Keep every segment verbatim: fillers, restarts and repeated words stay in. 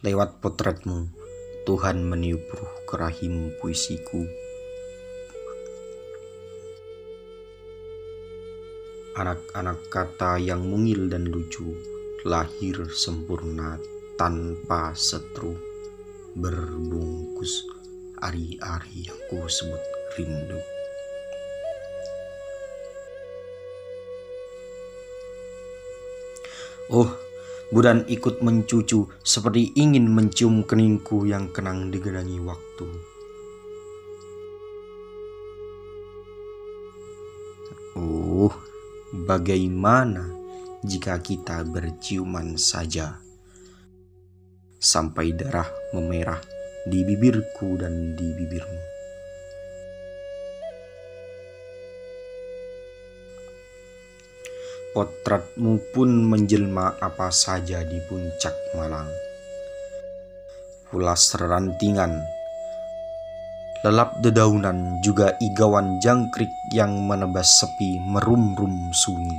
Lewat potretmu, Tuhan meniup ruh ke rahim puisiku. Anak-anak kata yang mungil dan lucu lahir sempurna tanpa setru, berbungkus ari-ari yang ku sebut rindu. Oh, budan ikut mencucu seperti ingin mencium keningku yang kenang digenangi waktu. Oh, bagaimana jika kita berciuman saja sampai darah memerah di bibirku dan di bibirmu. Potretmu pun menjelma apa saja di puncak malang. Pulas rantingan, lelap dedaunan, juga igawan jangkrik yang menebas sepi merum-rum sunyi.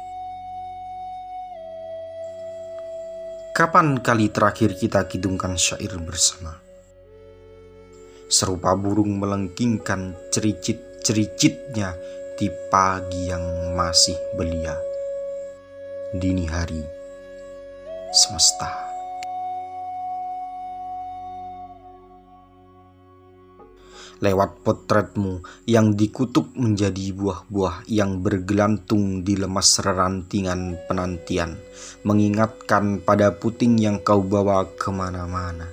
Kapan kali terakhir kita kidungkan syair bersama? Serupa burung melengkingkan cericit-cericitnya di pagi yang masih belia. Dini hari semesta. Lewat potretmu yang dikutuk menjadi buah-buah yang bergelantung di lemas rerantingan penantian, mengingatkan pada puting yang kau bawa kemana-mana.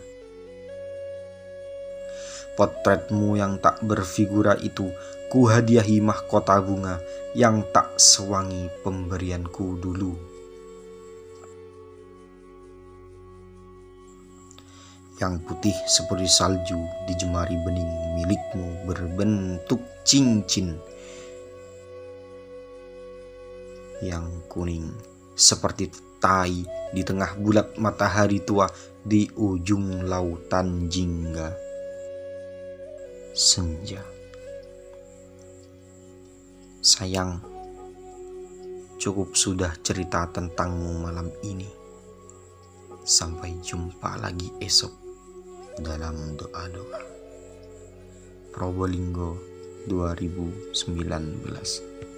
Potretmu yang tak berfigura itu ku hadiahi mahkota bunga yang tak sewangi pemberianku dulu. Yang putih seperti salju di jemari bening milikmu berbentuk cincin. Yang kuning seperti tai di tengah bulat matahari tua di ujung lautan jingga. Senja. Sayang, cukup sudah cerita tentangmu malam ini. Sampai jumpa lagi esok dalam doa-doa. Probolinggo dua ribu sembilan belas.